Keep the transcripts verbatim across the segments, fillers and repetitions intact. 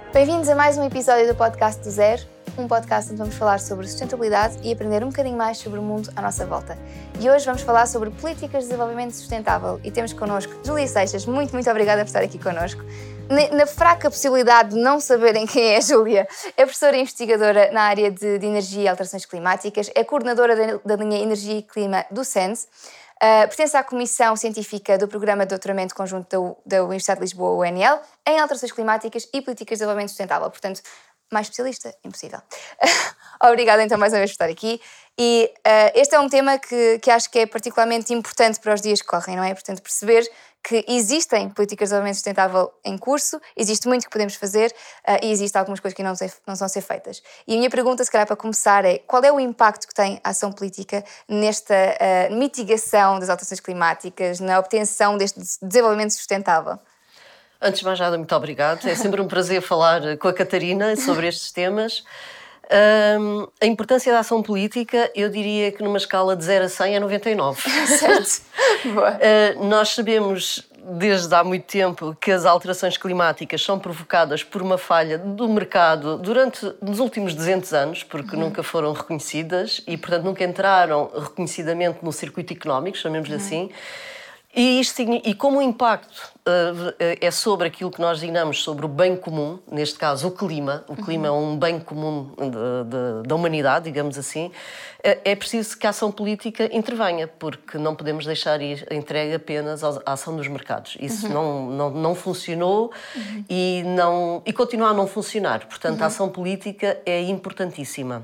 Bem-vindos a mais um episódio do Podcast do Zero, um podcast onde vamos falar sobre sustentabilidade e aprender um bocadinho mais sobre o mundo à nossa volta. E hoje vamos falar sobre políticas de desenvolvimento sustentável e temos connosco Júlia Seixas. Muito, muito obrigada por estar aqui connosco. Na fraca possibilidade de não saberem quem é a Júlia, é professora e investigadora na área de, de energia e alterações climáticas, é coordenadora da, da linha Energia e Clima do C E N S, Uh, pertence à Comissão Científica do Programa de Doutoramento Conjunto da, da Universidade de Lisboa, U N L, em alterações climáticas e políticas de desenvolvimento sustentável. Portanto, mais especialista, impossível. Obrigada então mais uma vez por estar aqui. E uh, este é um tema que, que acho que é particularmente importante para os dias que correm, não é? Portanto, perceber que existem políticas de desenvolvimento sustentável em curso, existe muito que podemos fazer uh, e existem algumas coisas que não, sei, não são a ser feitas. E a minha pergunta, se calhar para começar, é qual é o impacto que tem a ação política nesta uh, mitigação das alterações climáticas, na obtenção deste desenvolvimento sustentável? Antes de mais nada, muito obrigado. É sempre um prazer falar com a Catarina sobre estes temas. Um, a importância da ação política, eu diria que numa escala de zero a cem é noventa e nove. Certo. Boa. Uh, nós sabemos desde há muito tempo que as alterações climáticas são provocadas por uma falha do mercado durante os últimos duzentos anos, porque uhum. nunca foram reconhecidas e, portanto, nunca entraram reconhecidamente no circuito económico, chamemos-lhe uhum. assim. E, isto, e como o impacto uh, é sobre aquilo que nós designamos sobre o bem comum, neste caso o clima, o clima uhum. é um bem comum de, de, da humanidade, digamos assim, é, é preciso que a ação política intervenha, porque não podemos deixar ir entregue apenas à ação dos mercados. Isso uhum. não, não, não funcionou uhum. e, não, e continua a não funcionar. Portanto, uhum. a ação política é importantíssima.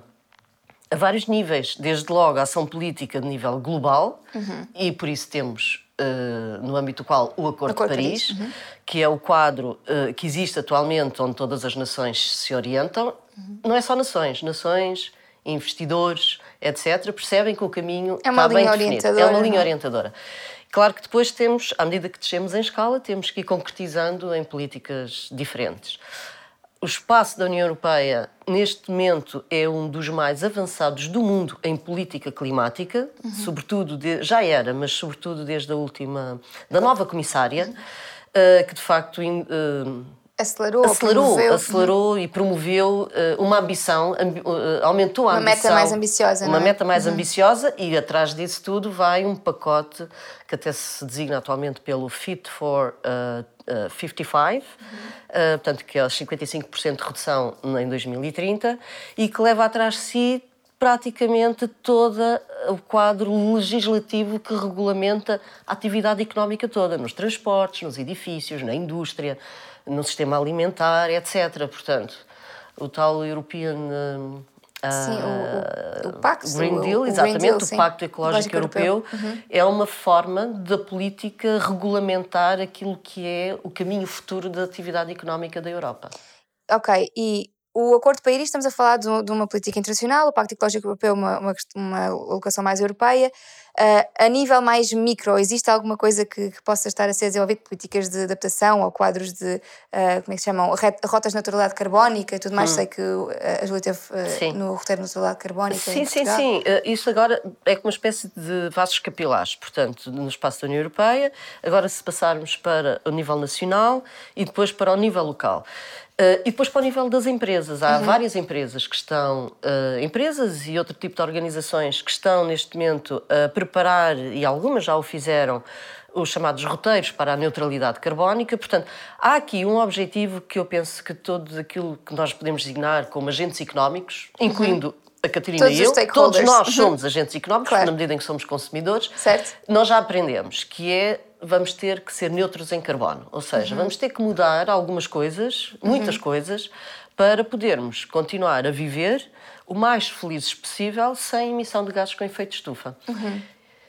A vários níveis, desde logo a ação política de nível global, uhum. e por isso temos... Uh, no âmbito do qual o Acordo, Acordo de Paris, Paris. Uhum. que é o quadro uh, que existe atualmente onde todas as nações se orientam, uhum. não é só nações, nações, investidores, etcétera, percebem que o caminho é uma está linha bem definido. É uma linha orientadora. Claro que depois temos, à medida que descemos em escala, temos que ir concretizando em políticas diferentes. O espaço da União Europeia, neste momento, é um dos mais avançados do mundo em política climática, uhum. sobretudo, de, já era, mas sobretudo desde a última, da nova comissária, uhum. uh, que de facto uh, acelerou, acelerou, promoveu, acelerou uhum. e promoveu uh, uma ambição, ambi, uh, aumentou a uma ambição. Uma meta mais ambiciosa, Uma não é? meta mais uhum. ambiciosa e atrás disso tudo vai um pacote que até se designa atualmente pelo Fit for uh, uh, cinquenta e cinco, uhum. uh, portanto que é cinquenta e cinco por cento de redução em dois mil e trinta e que leva atrás de si praticamente todo o quadro legislativo que regulamenta a atividade económica toda, nos transportes, nos edifícios, na indústria, no sistema alimentar, etcétera. Portanto, o tal European... Uh, Sim, o, o, o Pacto, Green Deal, o, exatamente, Green Deal, o Pacto Ecológico Europeu, europeu uhum. é uma forma da política regulamentar aquilo que é o caminho futuro da atividade económica da Europa. Ok, e o Acordo de Paris, estamos a falar de, de uma política internacional, o Pacto Ecológico Europeu é uma, uma, uma alocação mais europeia. Uh, a nível mais micro, existe alguma coisa que, que possa estar a ser desenvolvida, políticas de adaptação ou quadros de, uh, como é que se chamam, rotas de neutralidade carbónica e tudo mais? Hum. Sei que uh, a Júlia teve uh, no roteiro de neutralidade carbónica. Sim, sim, sim. Uh, isso agora é como uma espécie de vasos capilares, portanto, no espaço da União Europeia. Agora, se passarmos para o nível nacional e depois para o nível local. Uh, e depois para o nível das empresas. Há uhum. várias empresas que estão, uh, empresas e outro tipo de organizações que estão neste momento a preparar, e algumas já o fizeram, os chamados roteiros para a neutralidade carbónica. Portanto, há aqui um objetivo que eu penso que todo aquilo que nós podemos designar como agentes económicos, uhum. incluindo a Catarina todos e eu, todos nós uhum. somos agentes económicos, claro. na medida em que somos consumidores, certo. Nós já aprendemos que é vamos ter que ser neutros em carbono. Ou seja, uhum. vamos ter que mudar algumas coisas, muitas uhum. coisas, para podermos continuar a viver o mais felizes possível sem emissão de gases com efeito de estufa. Uhum.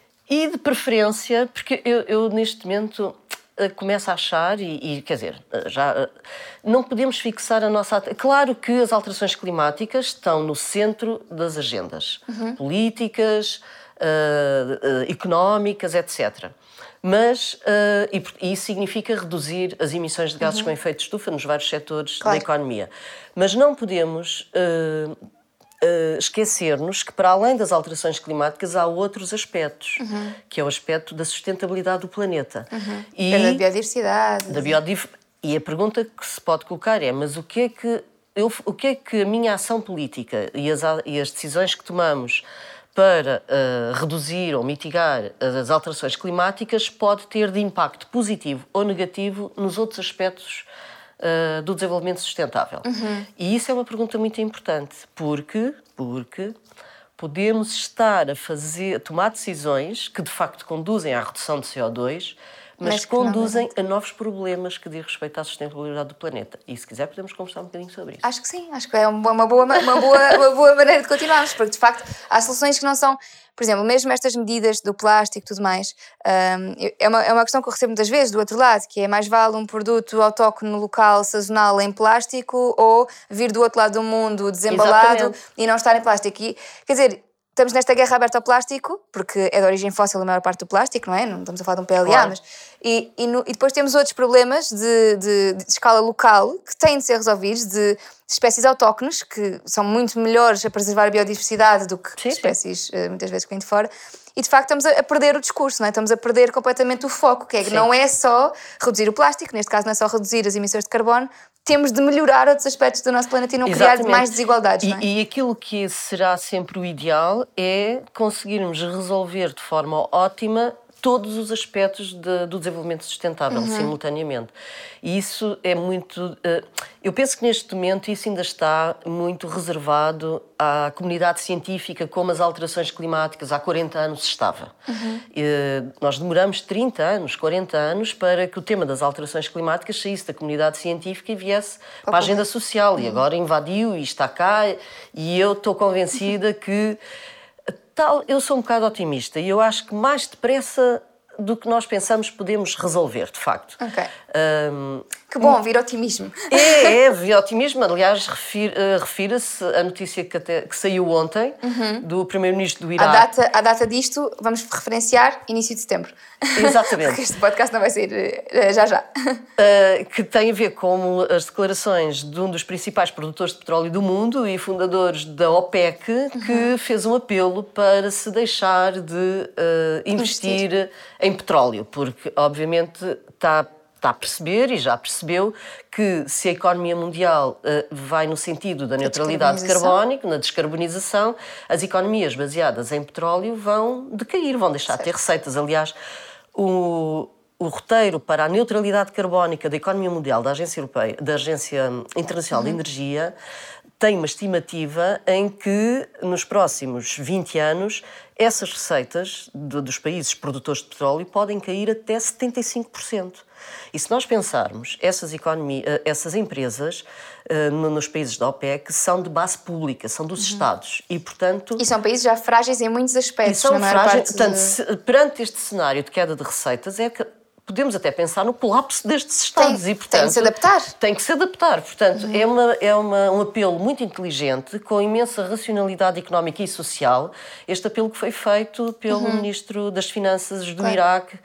E de preferência, porque eu, eu neste momento começo a achar, e, e quer dizer, já não podemos fixar a nossa... Claro que as alterações climáticas estão no centro das agendas uhum. políticas, uh, uh, económicas, etcétera. Mas uh, e, e isso significa reduzir as emissões de gases uhum. com efeito de estufa nos vários setores claro. Da economia. Mas não podemos uh, uh, esquecer-nos que, para além das alterações climáticas, há outros aspectos, uhum. que é o aspecto da sustentabilidade do planeta. Uhum. E da biodiversidade. Da biodiversidade. E a pergunta que se pode colocar é, mas o que é que, eu, o que, é que a minha ação política e as, e as decisões que tomamos para uh, reduzir ou mitigar as alterações climáticas pode ter de impacto positivo ou negativo nos outros aspectos uh, do desenvolvimento sustentável? Uhum. E isso é uma pergunta muito importante, porque, porque podemos estar a fazer, a tomar decisões que de facto conduzem à redução de C O dois, mas, mas conduzem a novos problemas que diz respeito à sustentabilidade do planeta. E se quiser podemos conversar um bocadinho sobre isso. Acho que sim, acho que é uma boa, uma boa, uma boa maneira de continuarmos, porque de facto há soluções que não são, por exemplo, mesmo estas medidas do plástico e tudo mais, um, é, uma, é uma questão que eu recebo muitas vezes do outro lado, que é mais vale um produto autóctone local, sazonal em plástico, ou vir do outro lado do mundo desembalado. Exatamente. E não estar em plástico. E, quer dizer, estamos nesta guerra aberta ao plástico, porque é de origem fóssil a maior parte do plástico, não é? Não estamos a falar de um P L A, claro. mas... E, e, no, e depois temos outros problemas de, de, de escala local que têm de ser resolvidos, de espécies autóctones, que são muito melhores a preservar a biodiversidade do que sim, espécies, sim. muitas vezes, que vêm de fora. E, de facto, estamos a perder o discurso, não é? Estamos a perder completamente o foco, que é que não é só reduzir o plástico, neste caso não é só reduzir as emissões de carbono, temos de melhorar outros aspectos do nosso planeta e não Exatamente. criar mais desigualdades, e, não é? E aquilo que será sempre o ideal é conseguirmos resolver de forma ótima todos os aspectos de, do desenvolvimento sustentável, uhum. simultaneamente. E isso é muito... Uh, eu penso que neste momento isso ainda está muito reservado à comunidade científica, como as alterações climáticas há quarenta anos estava. Uhum. Uh, nós demoramos trinta anos, quarenta anos para que o tema das alterações climáticas saísse da comunidade científica e viesse oh, para a agenda social. Uhum. E agora invadiu e está cá, e eu estou convencida que... Tal, eu sou um bocado otimista e eu acho que mais depressa do que nós pensamos podemos resolver, de facto. Ok. Um, que bom, vir otimismo. É, é, vir otimismo. Aliás, refira, uh, refira-se a notícia que, até, que saiu ontem, uhum. do primeiro-ministro do Iraque. A data, a data disto, vamos referenciar início de setembro. Exatamente. Porque este podcast não vai sair uh, já já. Uh, que tem a ver com as declarações de um dos principais produtores de petróleo do mundo e fundadores da OPEC, uhum. que fez um apelo para se deixar de uh, investir, investir em petróleo, porque, obviamente, está... está a perceber e já percebeu que se a economia mundial uh, vai no sentido da neutralidade carbónica, na descarbonização, as economias baseadas em petróleo vão decair, vão deixar certo. de ter receitas. Aliás, o, o roteiro para a neutralidade carbónica da economia mundial da Agência Europeia, da Agência Internacional uhum. de Energia, tem uma estimativa em que, nos próximos vinte anos, essas receitas de, dos países produtores de petróleo podem cair até setenta e cinco por cento. E se nós pensarmos, essas, economia, essas empresas uh, nos países da OPEC são de base pública, são dos uhum. Estados. E, portanto... E são países já frágeis em muitos aspectos. E são na frágeis, parte portanto, de... se, perante este cenário de queda de receitas, é que podemos até pensar no colapso destes Estados. Tem, e, portanto, tem que se adaptar. Tem que se adaptar. Portanto, uhum. é, uma, é uma, um apelo muito inteligente, com imensa racionalidade económica e social, este apelo que foi feito pelo uhum. Ministro das Finanças do claro. Iraque.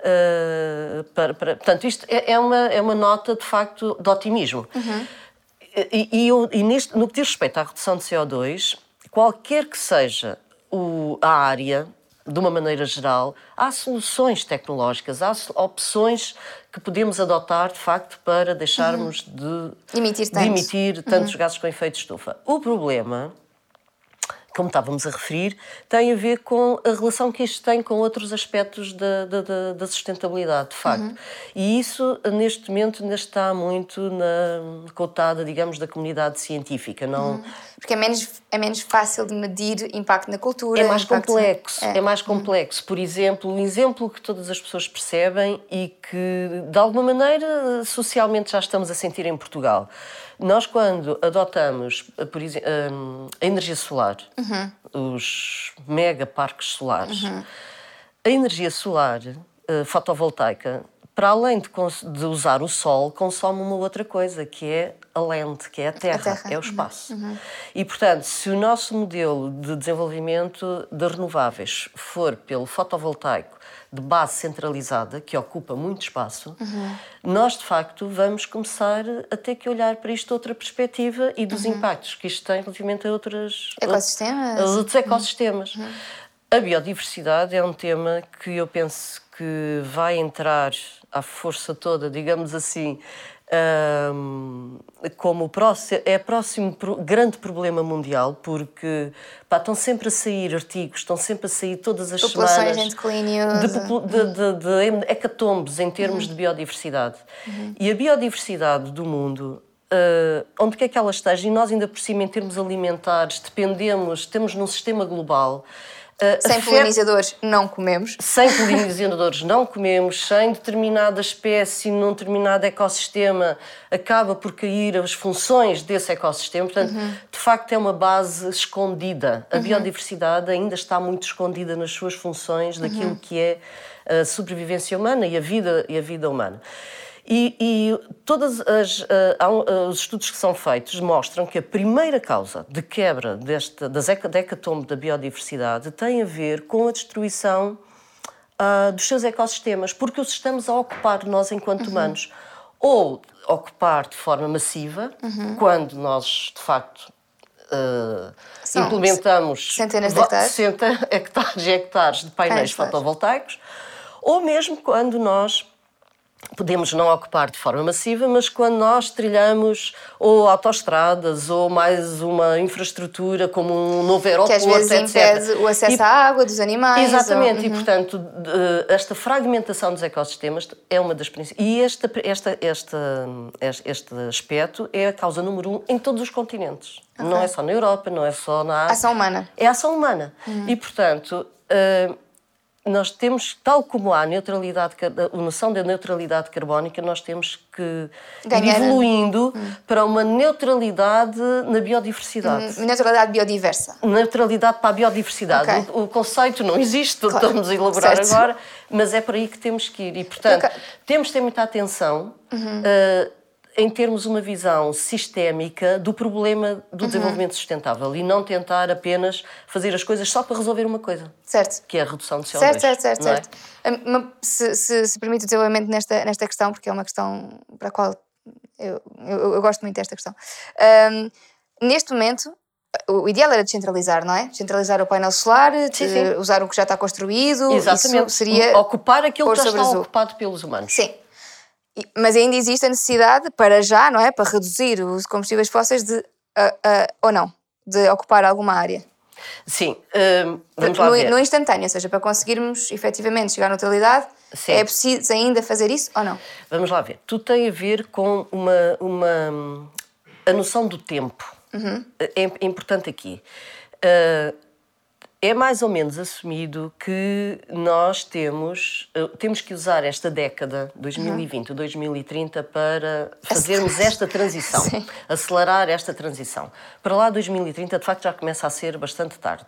Uh, para, para, portanto, isto é, é, uma, é uma nota, de facto, de otimismo. Uhum. E, e, eu, e neste, no que diz respeito à redução de C O dois, qualquer que seja o, a área... de uma maneira geral, há soluções tecnológicas, há opções que podemos adotar, de facto, para deixarmos uhum. de emitir, de emitir tantos uhum. gases com efeito de estufa. O problema, como estávamos a referir, tem a ver com a relação que isto tem com outros aspectos da, da, da sustentabilidade, de facto. Uhum. E isso, neste momento, ainda está muito na cotada, digamos, da comunidade científica. Não... Uhum. Porque é menos, é menos fácil de medir impacto na cultura. É mais complexo, é. é mais complexo. Uhum. Por exemplo, um exemplo que todas as pessoas percebem e que, de alguma maneira, socialmente já estamos a sentir em Portugal. Nós, quando adotamos, por exemplo, a energia solar, uhum. os mega parques solares, uhum. a energia solar uh, fotovoltaica, para além de, de usar o sol, consome uma outra coisa, que é a lente, que é a terra, a terra. é o espaço. Uhum. E, portanto, se o nosso modelo de desenvolvimento de renováveis for pelo fotovoltaico de base centralizada, que ocupa muito espaço, uhum. nós, de facto, vamos começar a ter que olhar para isto de outra perspectiva e dos uhum. impactos que isto tem relativamente a outros ecossistemas. A, a outros ecossistemas. Uhum. A biodiversidade é um tema que eu penso que vai entrar à força toda, digamos assim, um, como o próximo, é o próximo grande problema mundial, porque pá, estão sempre a sair artigos, estão sempre a sair todas as populações semanas em declínio, de, de, de, de, de hecatombes em termos uhum. de biodiversidade. Uhum. E a biodiversidade do mundo, uh, onde quer que ela esteja, e nós ainda por cima em termos alimentares, dependemos, temos num sistema global. Uh, sem afeta... polinizadores não comemos. Sem polinizadores não comemos, sem determinada espécie num determinado ecossistema acaba por cair as funções desse ecossistema. Portanto, uhum. de facto é uma base escondida. A uhum. biodiversidade ainda está muito escondida nas suas funções daquilo uhum. que é a sobrevivência humana e a vida, e a vida humana. E, e todos uh, os estudos que são feitos mostram que a primeira causa de quebra desta, das hecatombe da biodiversidade tem a ver com a destruição uh, dos seus ecossistemas, porque os estamos a ocupar nós enquanto uhum. humanos. Ou ocupar de forma massiva, uhum. quando nós, de facto, uh, implementamos centenas de hectares. sessenta hectares e hectares de painéis fotovoltaicos, ou mesmo quando nós podemos não ocupar de forma massiva, mas quando nós trilhamos ou autoestradas ou mais uma infraestrutura como um novo aeroporto, etcétera. Que às vezes impede o acesso e, à água dos animais. Exatamente, ou... e portanto esta fragmentação dos ecossistemas é uma das principais. E este, esta, esta, este aspecto é a causa número um em todos os continentes. Okay. Não é só na Europa, não é só na Ásia. Ação humana. É a ação humana. Uhum. E portanto... Uh, nós temos, tal como há a neutralidade, a noção da neutralidade carbónica, nós temos que Ganhar. ir evoluindo hum. para uma neutralidade na biodiversidade. Hum, neutralidade biodiversa. Neutralidade para a biodiversidade. Okay. O, o conceito não existe, claro. Estamos a elaborar certo. Agora, mas é para aí que temos que ir. E, portanto, okay. temos de ter muita atenção uhum. uh, em termos uma visão sistémica do problema do uhum. desenvolvimento sustentável e não tentar apenas fazer as coisas só para resolver uma coisa. Certo. Que é a redução de C O dois. Certo, certo, certo. É? certo. Se, se, se permite o desenvolvimento nesta, nesta questão, porque é uma questão para a qual eu, eu, eu gosto muito desta questão. Um, neste momento, o ideal era descentralizar, não é? Descentralizar o painel solar, sim, sim. usar o que já está construído. Exatamente. Isso seria ocupar aquilo que já está ocupado pelos humanos. Sim. Mas ainda existe a necessidade, para já, não é? Para reduzir os combustíveis fósseis de, uh, uh, ou não, de ocupar alguma área. Sim, uh, vamos lá no, ver. No instantâneo, ou seja, para conseguirmos efetivamente chegar à neutralidade, sim. é preciso ainda fazer isso ou não? Vamos lá ver. Tudo tem a ver com uma, uma, a noção do tempo. Uhum. É, é importante aqui. Uh, É mais ou menos assumido que nós temos, temos que usar esta década, dois mil e vinte, uhum. dois mil e trinta, para fazermos esta transição, Sim. acelerar esta transição. Para lá, dois mil e trinta, de facto, já começa a ser bastante tarde.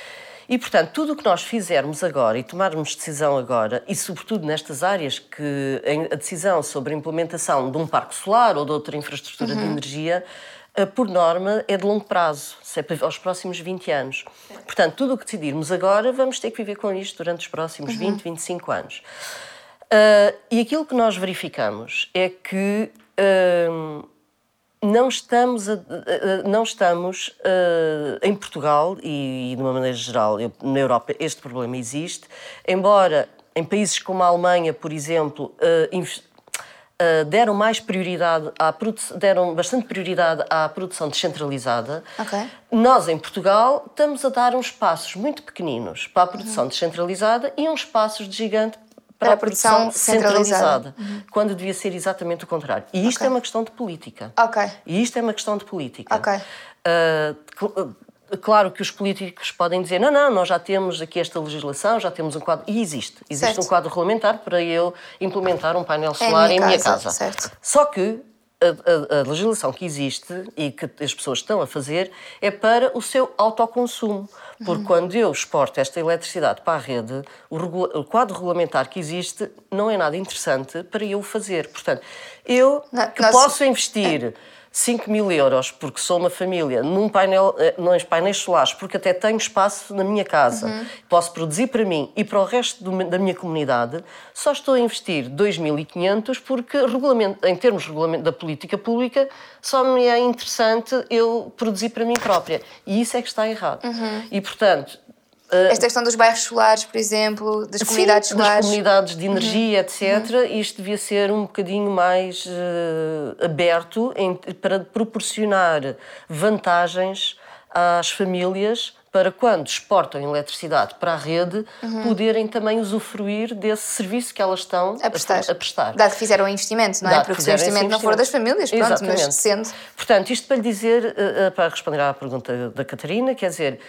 E, portanto, tudo o que nós fizermos agora e tomarmos decisão agora, e sobretudo nestas áreas que a decisão sobre a implementação de um parque solar ou de outra infraestrutura uhum. de energia, por norma, é de longo prazo, sempre aos próximos vinte anos. Sim. Portanto, tudo o que decidirmos agora, vamos ter que viver com isto durante os próximos uhum. vinte, vinte e cinco anos. Uh, e aquilo que nós verificamos é que uh, não estamos, a, uh, não estamos uh, em Portugal, e, e de uma maneira geral, eu, na Europa, este problema existe, embora em países como a Alemanha, por exemplo, uh, Uh, deram mais prioridade à produ- deram bastante prioridade à produção descentralizada. Okay. Nós, em Portugal, estamos a dar uns passos muito pequeninos para a produção uhum. descentralizada e uns passos de gigante para, para a produção, produção centralizada, uhum. quando devia ser exatamente o contrário. E isto okay. é uma questão de política. Okay. E isto é uma questão de política. Okay. Uh, Claro que os políticos podem dizer não, não, nós já temos aqui esta legislação, já temos um quadro... E existe. Existe certo. Um quadro regulamentar para eu implementar um painel solar é em minha casa. Certo. Só que a, a, a legislação que existe e que as pessoas estão a fazer é para o seu autoconsumo. Porque uhum. quando eu exporto esta eletricidade para a rede, o, regula... o quadro regulamentar que existe não é nada interessante para eu fazer. Portanto, eu não, que nós... posso investir... É. cinco mil euros, porque sou uma família, num painel, nos painéis solares, porque até tenho espaço na minha casa, uhum. posso produzir para mim e para o resto do, da minha comunidade, só estou a investir dois mil e quinhentos porque, em termos de regulamento da política pública, só me é interessante eu produzir para mim própria. E isso é que está errado. Uhum. E, portanto, Esta questão dos bairros solares, por exemplo, das comunidades Sim, solares. das comunidades de energia, uhum. etcétera. Uhum. Isto devia ser um bocadinho mais uh, aberto em, para proporcionar vantagens às famílias para quando exportam eletricidade para a rede, uhum. poderem também usufruir desse serviço que elas estão a prestar. A, a prestar. Dado que fizeram um investimento, não é? Dado Porque se o investimento não for das famílias, pronto, Exatamente. mas sendo... Portanto, isto para lhe dizer, uh, para responder à pergunta da Catarina, quer dizer...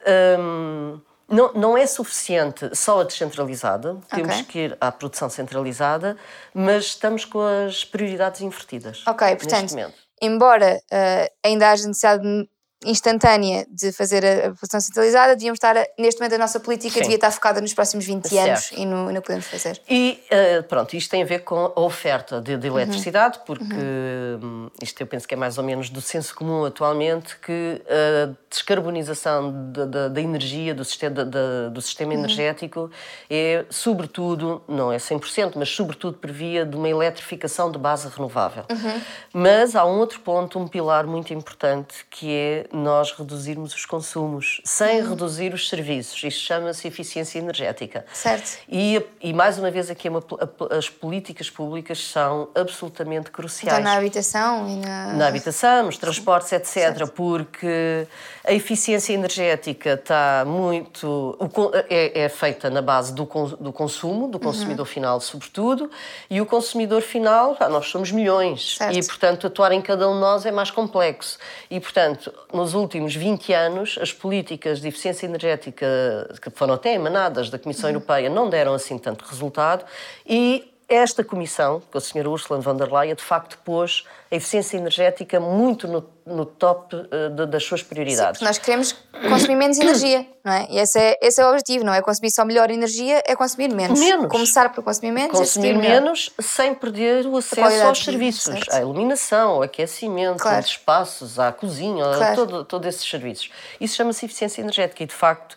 Um, Não, não é suficiente só a descentralizada, okay. temos que ir à produção centralizada, mas estamos com as prioridades invertidas. Ok, portanto, embora uh, ainda haja necessidade instantânea de fazer a produção centralizada, devíamos estar, a, neste momento a nossa política Sim. devia estar focada nos próximos vinte certo. anos e no, no que podemos fazer. E uh, pronto, isto tem a ver com a oferta de, de eletricidade, uhum. porque uhum. isto eu penso que é mais ou menos do senso comum atualmente, que a descarbonização da, da, da energia, do sistema, da, do sistema uhum. energético é sobretudo, não é cem por cento, mas sobretudo por via de uma eletrificação de base renovável. Uhum. Mas há um outro ponto, um pilar muito importante, que é nós reduzirmos os consumos, sem uhum. reduzir os serviços. Isto chama-se eficiência energética. Certo. E, e mais uma vez, aqui é uma, as políticas públicas são absolutamente cruciais. Então, na habitação e na... Na habitação, nos transportes, etcétera. Certo. Porque a eficiência energética está muito... É, é feita na base do, do consumo, do consumidor uhum. final, sobretudo, e o consumidor final, pá, nós somos milhões. Certo. E, portanto, atuar em cada um de nós é mais complexo. E, portanto, nos últimos vinte anos, as políticas de eficiência energética que foram até emanadas da Comissão uhum. Europeia não deram assim tanto resultado e esta Comissão, com a senhora Ursula von der Leyen, de facto pôs a eficiência energética muito no, no top uh, de, das suas prioridades. Sim, nós queremos consumir menos energia, não é? E esse é, esse é o objetivo, não é consumir só melhor energia, é consumir menos. Menos. Começar por consumir menos Consumir menos sem perder o acesso aos serviços, vida, à iluminação, ao aquecimento, claro. aos espaços, à cozinha, claro. a todo, todos esses serviços. Isso chama-se eficiência energética e, de facto,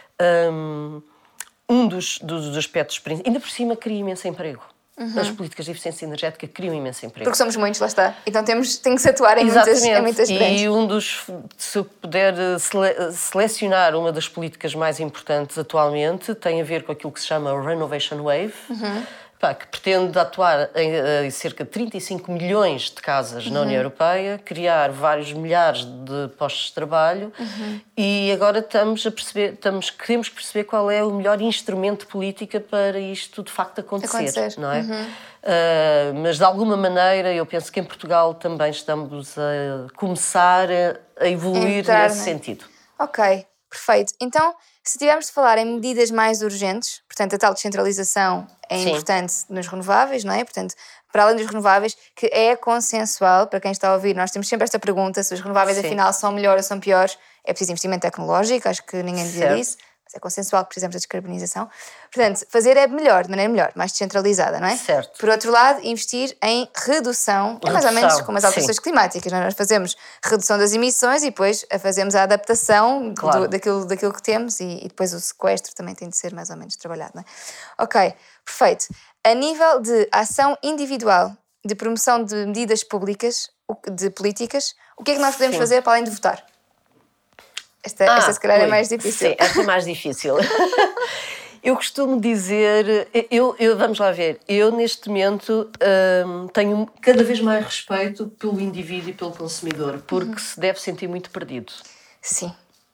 um, um dos, dos aspectos... Ainda por cima, cria imenso emprego. Uhum. As políticas de eficiência energética criam imenso emprego. Porque somos muitos, lá está. Então temos, tem que se atuar em muitas, em muitas frentes. E um dos, se eu puder sele, selecionar uma das políticas mais importantes atualmente, tem a ver com aquilo que se chama Renovation Wave, uhum. pá, que pretende atuar em, em cerca de trinta e cinco milhões de casas uhum. na União Europeia, criar vários milhares de postos de trabalho uhum. e agora estamos a perceber, estamos, queremos perceber qual é o melhor instrumento de política para isto de facto acontecer, acontecer. não é? Uhum. Uh, mas de alguma maneira eu penso que em Portugal também estamos a começar a, a evoluir Entrar, nesse né? sentido. Ok, perfeito. Então, se tivermos de falar em medidas mais urgentes, portanto, a tal descentralização é Sim. importante nos renováveis, não é? Portanto, para além dos renováveis, que é consensual, para quem está a ouvir, nós temos sempre esta pergunta, se os renováveis Sim. afinal são melhores ou são piores, é preciso investimento tecnológico, acho que ninguém dizia isso, mas é consensual que precisamos da descarbonização. Portanto, fazer é melhor, de maneira melhor, mais descentralizada, não é? Certo. Por outro lado, investir em redução, redução. é mais ou menos como as alterações Sim. climáticas, não é? Nós fazemos redução das emissões e depois fazemos a adaptação claro. do, daquilo, daquilo que temos e, e depois o sequestro também tem de ser mais ou menos trabalhado, não é? Ok, perfeito. A nível de ação individual, de promoção de medidas públicas, de políticas, o que é que nós podemos Sim. fazer para além de votar? Esta, ah, esta se calhar ui, é mais difícil. Sim, esta é mais difícil. Eu costumo dizer, eu, eu, vamos lá ver, eu neste momento hum, tenho cada vez mais respeito pelo indivíduo e pelo consumidor, porque uhum. se deve sentir muito perdido. Sim.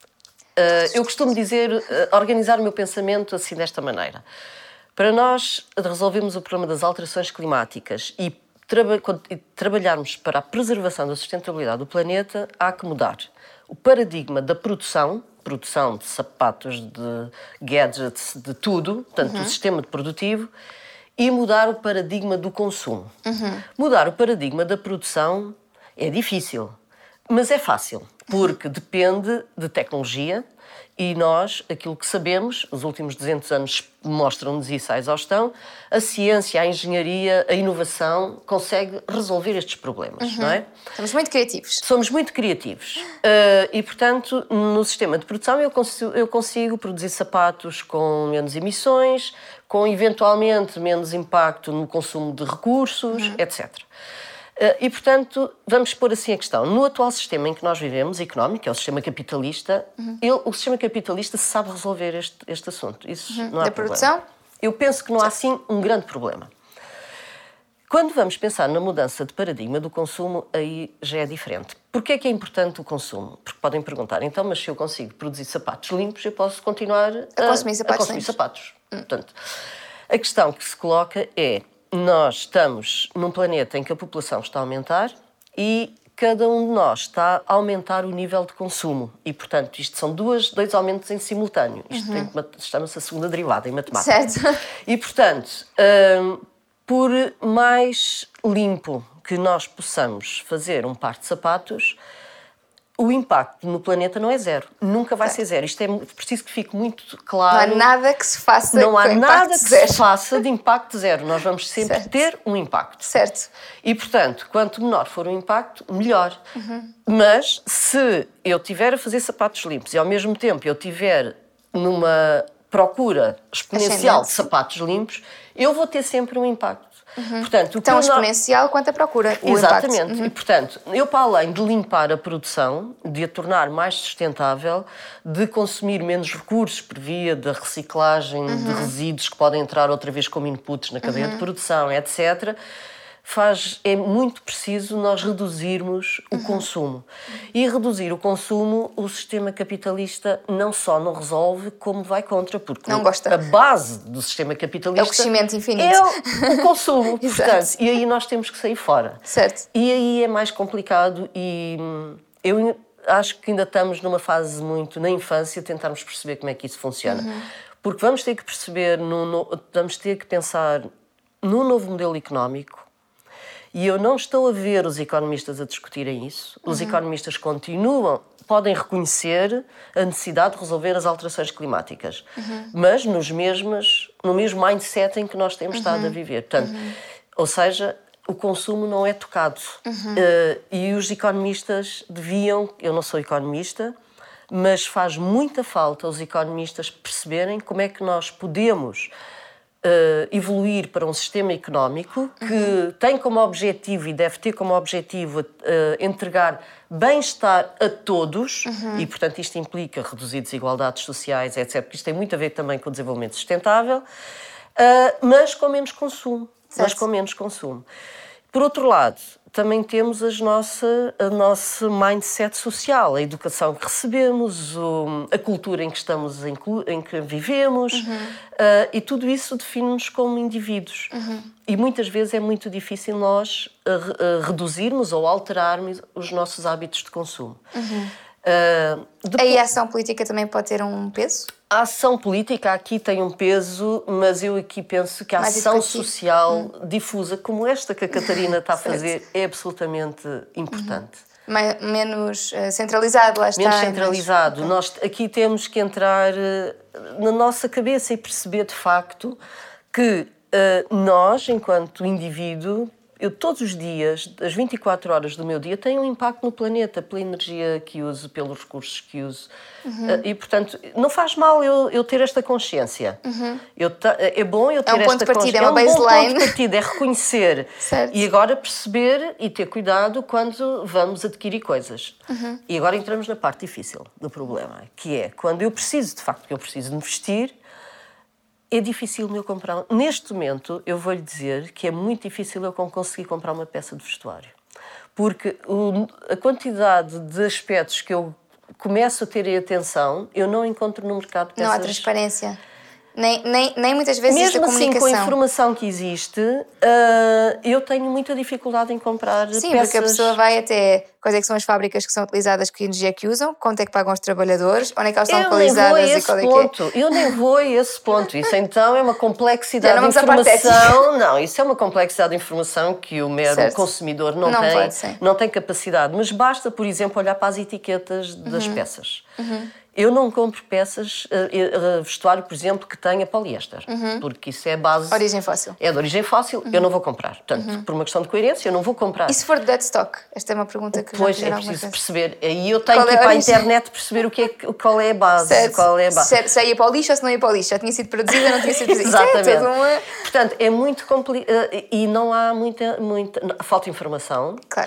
Uh, eu costumo dizer, uh, organizar o meu pensamento assim desta maneira. Para nós resolvermos o problema das alterações climáticas e, traba- e trabalharmos para a preservação da sustentabilidade do planeta, há que mudar o paradigma da produção, produção de sapatos, de gadgets, de tudo, portanto, uhum. o sistema produtivo, e mudar o paradigma do consumo. Uhum. Mudar o paradigma da produção é difícil, mas é fácil, porque depende de tecnologia e nós, aquilo que sabemos, os últimos duzentos anos mostram-nos isso à exaustão, a ciência, a engenharia, a inovação consegue resolver estes problemas, uhum. não é? Somos muito criativos. Somos muito criativos. Uh, e, portanto, no sistema de produção eu consigo, eu consigo produzir sapatos com menos emissões, com, eventualmente, menos impacto no consumo de recursos, uhum. etcétera. E, portanto, vamos pôr assim a questão. No atual sistema em que nós vivemos, económico, que é o sistema capitalista, uhum. ele, o sistema capitalista sabe resolver este, este assunto. Isso uhum. não há da problema. produção? Eu penso que não há, assim, um grande problema. Quando vamos pensar na mudança de paradigma do consumo, aí já é diferente. Porquê é que é importante o consumo? Porque podem perguntar, então, mas se eu consigo produzir sapatos limpos, eu posso continuar a, a consumir sapatos. A consumir sapatos. Hum. Portanto, a questão que se coloca é, nós estamos num planeta em que a população está a aumentar e cada um de nós está a aumentar o nível de consumo. E, portanto, isto são duas, dois aumentos em simultâneo. Isto uhum. chama-se a segunda derivada em matemática. Certo. E, portanto, hum, por mais limpo que nós possamos fazer um par de sapatos, o impacto no planeta não é zero. Nunca vai certo. ser zero. Isto é preciso que fique muito claro. Não há nada que se faça Não há com nada que zero. se faça de impacto zero. Nós vamos sempre certo. ter um impacto. Certo. E, portanto, quanto menor for o impacto, melhor. Uhum. Mas, se eu estiver a fazer sapatos limpos e, ao mesmo tempo, eu estiver numa procura exponencial de sapatos limpos, eu vou ter sempre um impacto. Uhum. Portanto, o Tão que exponencial não... quanto a procura. O Exatamente. Uhum. E, portanto, eu, para além de limpar a produção, de a tornar mais sustentável, de consumir menos recursos por via da reciclagem uhum. de resíduos que podem entrar outra vez como inputs na cadeia uhum. de produção, etcétera, faz, é muito preciso nós reduzirmos o uhum. consumo. E reduzir o consumo, o sistema capitalista não só não resolve, como vai contra, porque não gosta. A base do sistema capitalista é o crescimento infinito. É o, o consumo. Portanto, e aí nós temos que sair fora. Certo. E aí é mais complicado e eu acho que ainda estamos numa fase muito na infância, tentarmos perceber como é que isso funciona. Uhum. Porque vamos ter que perceber, no, no, vamos ter que pensar num novo modelo económico. E eu não estou a ver os economistas a discutirem isso. Os uhum. economistas continuam, podem reconhecer a necessidade de resolver as alterações climáticas, uhum. mas nos mesmos, no mesmo mindset em que nós temos uhum. estado a viver. Portanto, uhum. ou seja, o consumo não é tocado. Uhum. Uh, e os economistas deviam, eu não sou economista, mas faz muita falta aos economistas perceberem como é que nós podemos Uh, evoluir para um sistema económico que uhum. tem como objetivo e deve ter como objetivo uh, entregar bem-estar a todos uhum. e, portanto, isto implica reduzir desigualdades sociais, etcétera, porque isto tem muito a ver também com o desenvolvimento sustentável, uh, mas com menos consumo. Certo. Mas com menos consumo. Por outro lado, também temos as nossa, a nosso mindset social, a educação que recebemos, o, a cultura em que estamos, em, em que vivemos, uhum. uh, e tudo isso define-nos como indivíduos. Uhum. E muitas vezes é muito difícil nós uh, uh, reduzirmos ou alterarmos os nossos hábitos de consumo. Uhum. Uh, depois... A ação política também pode ter um peso? A ação política aqui tem um peso, mas eu aqui penso que a Mais ação educativo. social hum. difusa, como esta que a Catarina está a fazer, é absolutamente importante. Uhum. Mais, menos uh, centralizado, lá está. Menos centralizado. Mas... Nós aqui temos que entrar uh, na nossa cabeça e perceber de facto que uh, nós, enquanto indivíduo, eu todos os dias, as vinte e quatro horas do meu dia, tenho um impacto no planeta, pela energia que uso, pelos recursos que uso. Uhum. E, portanto, não faz mal eu, eu ter esta consciência. Uhum. Eu, é bom eu ter é um esta ponto de partida, consciência. É uma é um baseline. bom ponto de partida, é reconhecer. Certo. E agora perceber e ter cuidado quando vamos adquirir coisas. Uhum. E agora entramos na parte difícil do problema, que é quando eu preciso, de facto, que eu preciso investir, é difícil eu comprar... Neste momento, eu vou-lhe dizer que é muito difícil eu conseguir comprar uma peça de vestuário. Porque o, a quantidade de aspectos que eu começo a ter atenção, eu não encontro no mercado peças... Não há transparência. Nem, nem, nem muitas vezes existe a comunicação. Mesmo assim, com a informação que existe, uh, eu tenho muita dificuldade em comprar Sim, peças... Sim, porque a pessoa vai até quais é que são as fábricas que são utilizadas, que energia que usam, quanto é que pagam os trabalhadores, onde é que elas estão eu localizadas nem e qual é ponto. que é. Eu nem vou a esse ponto. Isso então é uma complexidade de informação... Não, isso é uma complexidade de informação que o mero certo. consumidor não, não tem, pode, sim. não tem capacidade. Mas basta, por exemplo, olhar para as etiquetas das uhum. peças. Uhum. Eu não compro peças, uh, uh, vestuário, por exemplo, que tenha poliéster, uhum. porque isso é base... Origem fácil. É de origem fácil, uhum. eu não vou comprar. Portanto, uhum. por uma questão de coerência, eu não vou comprar. E se for de dead stock? Esta é uma pergunta que pois, já é preciso perceber. E eu tenho qual que ir é a para a origem? internet perceber o que é, qual é a base. Certo. Qual é a base. Se, se ia para o lixo ou se não ia para o lixo. Já tinha sido produzida ou não tinha sido produzida. Exatamente. Isso é tudo uma... Portanto, é muito complicado e não há muita, muita... Falta informação. Claro.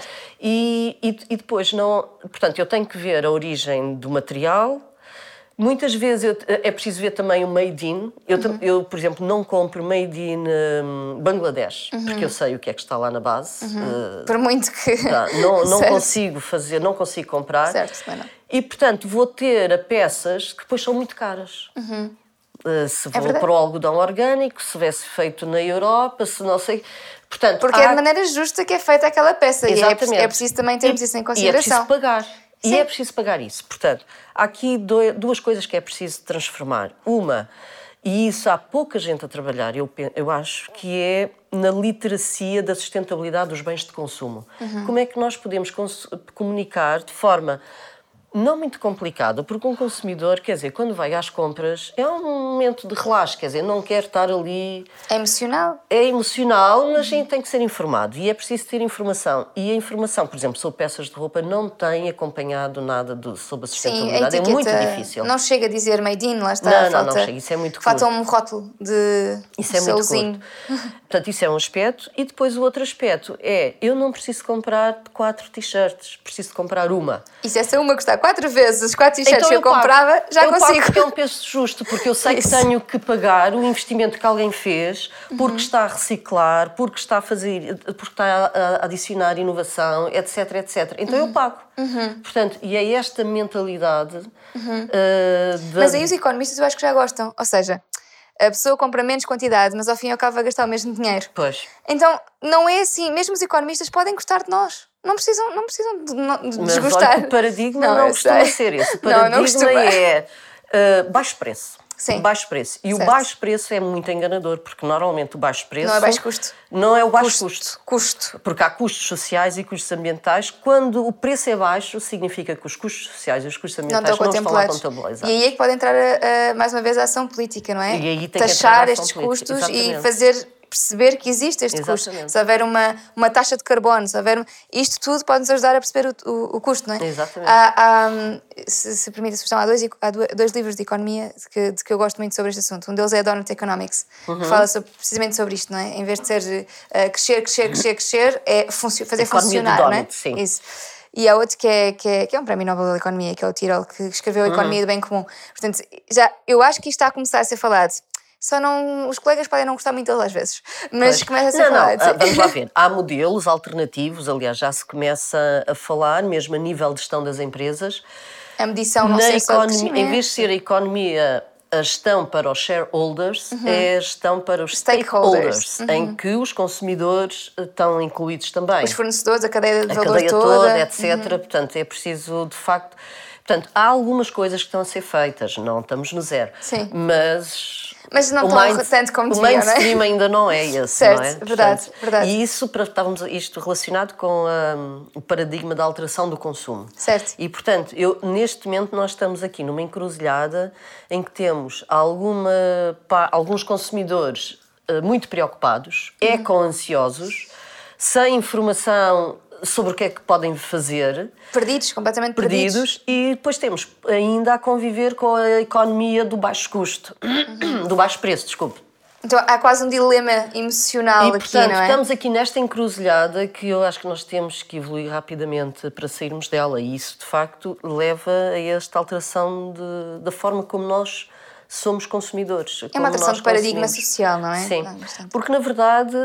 E, e, e depois, não... Portanto, eu tenho que ver a origem do material. Muitas vezes eu, é preciso ver também o made in. Eu, uhum. eu por exemplo, não compro made in um, Bangladesh, uhum. porque eu sei o que é que está lá na base. Uhum. Uh, por muito que... Não, não, não consigo fazer, não consigo comprar. Certo, não. E, portanto, vou ter a peças que depois são muito caras. Uhum. Uh, se vou é para o algodão orgânico, se tivesse feito na Europa, se não sei... Portanto, porque há... é de maneira justa que é feita aquela peça. Exatamente. E é, é preciso também termos e, isso em consideração. E é preciso pagar. Sim. E é preciso pagar isso. Portanto, há aqui duas coisas que é preciso transformar. Uma, e isso há pouca gente a trabalhar, eu, eu acho, que é na literacia da sustentabilidade dos bens de consumo. Uhum. Como é que nós podemos comunicar de forma não muito complicada, porque um consumidor, quer dizer, quando vai às compras, é um momento de relaxo, quer dizer, não quer estar ali... É emocional. É emocional, mas uhum. tem que ser informado e é preciso ter informação. E a informação, por exemplo, sobre peças de roupa, não tem acompanhado nada do, sobre a sustentabilidade. Sim, a é muito difícil. Não chega a dizer made in, lá está. Não, falta, não, não chega. Isso é muito Falta curto. um rótulo de Isso é muito curto. Portanto, isso é um aspecto. E depois o outro aspecto é, eu não preciso comprar quatro t-shirts, preciso comprar uma. E se essa uma custar quatro vezes os quatro t-shirts então que eu, eu comprava, já eu consigo. Pago porque é um preço justo, porque eu sei isso. que tenho que pagar o investimento que alguém fez, porque uhum. está a reciclar, porque está a fazer, porque está a adicionar inovação, etc, etcétera. Então uhum. eu pago. Uhum. Portanto, e é esta mentalidade... Uhum. Uh, de... Mas aí os economistas eu acho que já gostam. Ou seja, a pessoa compra menos quantidade, mas ao fim e ao cabo vai gastar o mesmo dinheiro. Pois. Então, não é assim. Mesmo os economistas podem gostar de nós. Não precisam, não precisam de, não, de mas desgostar. Olha que o paradigma não, não costuma ser esse. O paradigma não, não é uh, baixo preço. Sim. Baixo preço. E certo. O baixo preço é muito enganador, porque normalmente o baixo preço... Não é baixo custo. Não é o baixo custo. custo. Custo. Porque há custos sociais e custos ambientais. Quando o preço é baixo, significa que os custos sociais e os custos ambientais não, não estão lá contabilizados. E aí é que pode entrar, a, a, mais uma vez, a ação política, não é? E aí tem Taxar que estes política. custos Exatamente. E fazer... perceber que existe este Exatamente. custo. Se houver uma, uma taxa de carbono, se houver... Isto tudo pode-nos ajudar a perceber o, o, o custo, não é? Exatamente. Há, há, se, se permite a sugestão, há dois, há dois livros de economia de que, de que eu gosto muito sobre este assunto. Um deles é a Donut Economics, uhum. que fala sobre, precisamente sobre isto, não é? Em vez de ser uh, crescer, crescer, crescer, crescer, é funcio- fazer funcionar, donut, não é? Sim. Isso. E há outro que é, que, é, que é um prémio Nobel da Economia, que é o Tyrrell, que escreveu a Economia uhum. do Bem Comum. Portanto, já, eu acho que isto está a começar a ser falado. Só não... Os colegas podem não gostar muito deles às vezes, mas pois. Começa a ser não, falado. Não, vamos lá ver. Há modelos alternativos, aliás, já se começa a falar, mesmo a nível de gestão das empresas. A medição não ser só de crescimento. Em vez de ser a economia a gestão para os shareholders, uhum. é a gestão para os stakeholders, stakeholders uhum. em que os consumidores estão incluídos também. Os fornecedores, a cadeia de a valor cadeia toda. toda, etcétera. Uhum. Portanto, é preciso, de facto... Portanto, há algumas coisas que estão a ser feitas, não estamos no zero. Sim. Mas... Mas não tão mind, tanto como o deviam, mainstream não é? ainda não é esse, certo, não é? verdade, Portanto, verdade. E isso, para, estávamos, isto relacionado com um, o paradigma da alteração do consumo. Certo. E, portanto, eu, neste momento nós estamos aqui numa encruzilhada em que temos alguma, pá, alguns consumidores uh, muito preocupados, uhum. eco-ansiosos, sem informação sobre o que é que podem fazer. Perdidos, completamente perdidos. perdidos. E depois temos ainda a conviver com a economia do baixo custo, uhum. do baixo preço, desculpe. Então há quase um dilema emocional e, aqui, portanto, não é? Estamos aqui nesta encruzilhada que eu acho que nós temos que evoluir rapidamente para sairmos dela. E isso, de facto, leva a esta alteração de, da forma como nós somos consumidores. É uma alteração de paradigma social, não é? Sim, ah, porque na verdade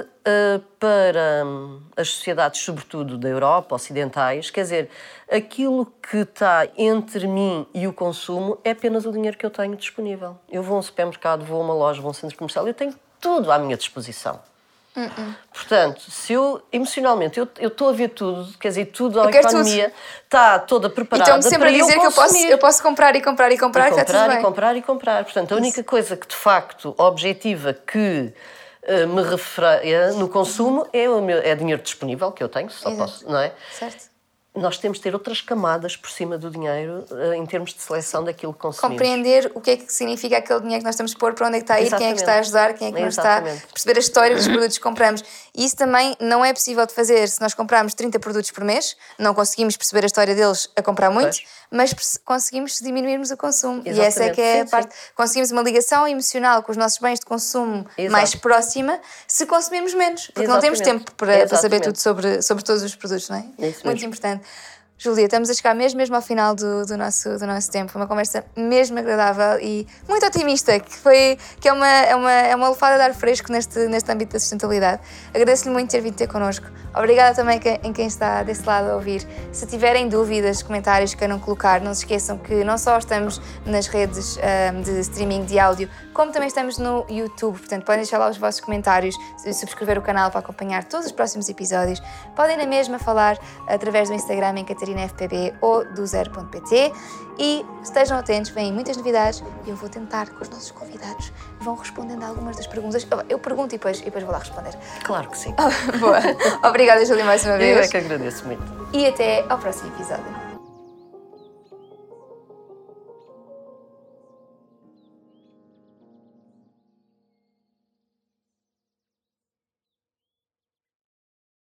para as sociedades, sobretudo da Europa, ocidentais, quer dizer, aquilo que está entre mim e o consumo é apenas o dinheiro que eu tenho disponível. Eu vou a um supermercado, vou a uma loja, vou a um centro comercial, eu tenho tudo à minha disposição. Uh-uh. Portanto, se eu, emocionalmente, eu estou a ver tudo, quer dizer, tudo, a economia está toda preparada então, sempre para a dizer eu que eu posso, eu posso comprar e comprar e comprar, e comprar, que está tudo bem. e comprar e comprar. Portanto, a Isso. única coisa que, de facto, objetiva que uh, me refreia no consumo é, o meu, é dinheiro disponível, que eu tenho, só Exato. posso, não é? Certo. nós temos de ter outras camadas por cima do dinheiro em termos de seleção daquilo que consumimos. Compreender o que é que significa aquele dinheiro que nós estamos a pôr, para onde é que está a ir, Exatamente. Quem é que está a ajudar, quem é que não está, perceber a história dos produtos que compramos. E isso também não é possível de fazer se nós comprarmos trinta produtos por mês, não conseguimos perceber a história deles a comprar muitos, pois. Mas conseguimos diminuirmos o consumo. Exatamente. E essa é que é sim, a parte. Sim. Conseguimos uma ligação emocional com os nossos bens de consumo Exato. Mais próxima se consumirmos menos, porque Exatamente. Não temos tempo para, para saber tudo sobre, sobre todos os produtos, não é? É isso Muito mesmo. importante. Júlia, estamos a chegar mesmo, mesmo ao final do, do, nosso, do nosso tempo. Foi uma conversa mesmo agradável e muito otimista, que, foi, que é, uma, é, uma, é uma lufada de ar fresco neste, neste âmbito da sustentabilidade. Agradeço-lhe muito ter vindo ter connosco. Obrigada também em quem está desse lado a ouvir. Se tiverem dúvidas, comentários que queiram colocar, não se esqueçam que não só estamos nas redes um, de streaming de áudio, como também estamos no YouTube. Portanto, podem deixar lá os vossos comentários, subscrever o canal para acompanhar todos os próximos episódios. Podem na mesma falar através do Instagram em Catarina F P B ou do zero ponto pt e estejam atentos, vêm muitas novidades e eu vou tentar com os nossos convidados vão respondendo a algumas das perguntas. Eu pergunto e depois, e depois vou lá responder. Claro que sim. Boa. Obrigada, Júlia, mais uma vez. Eu é que agradeço muito. E até ao próximo episódio.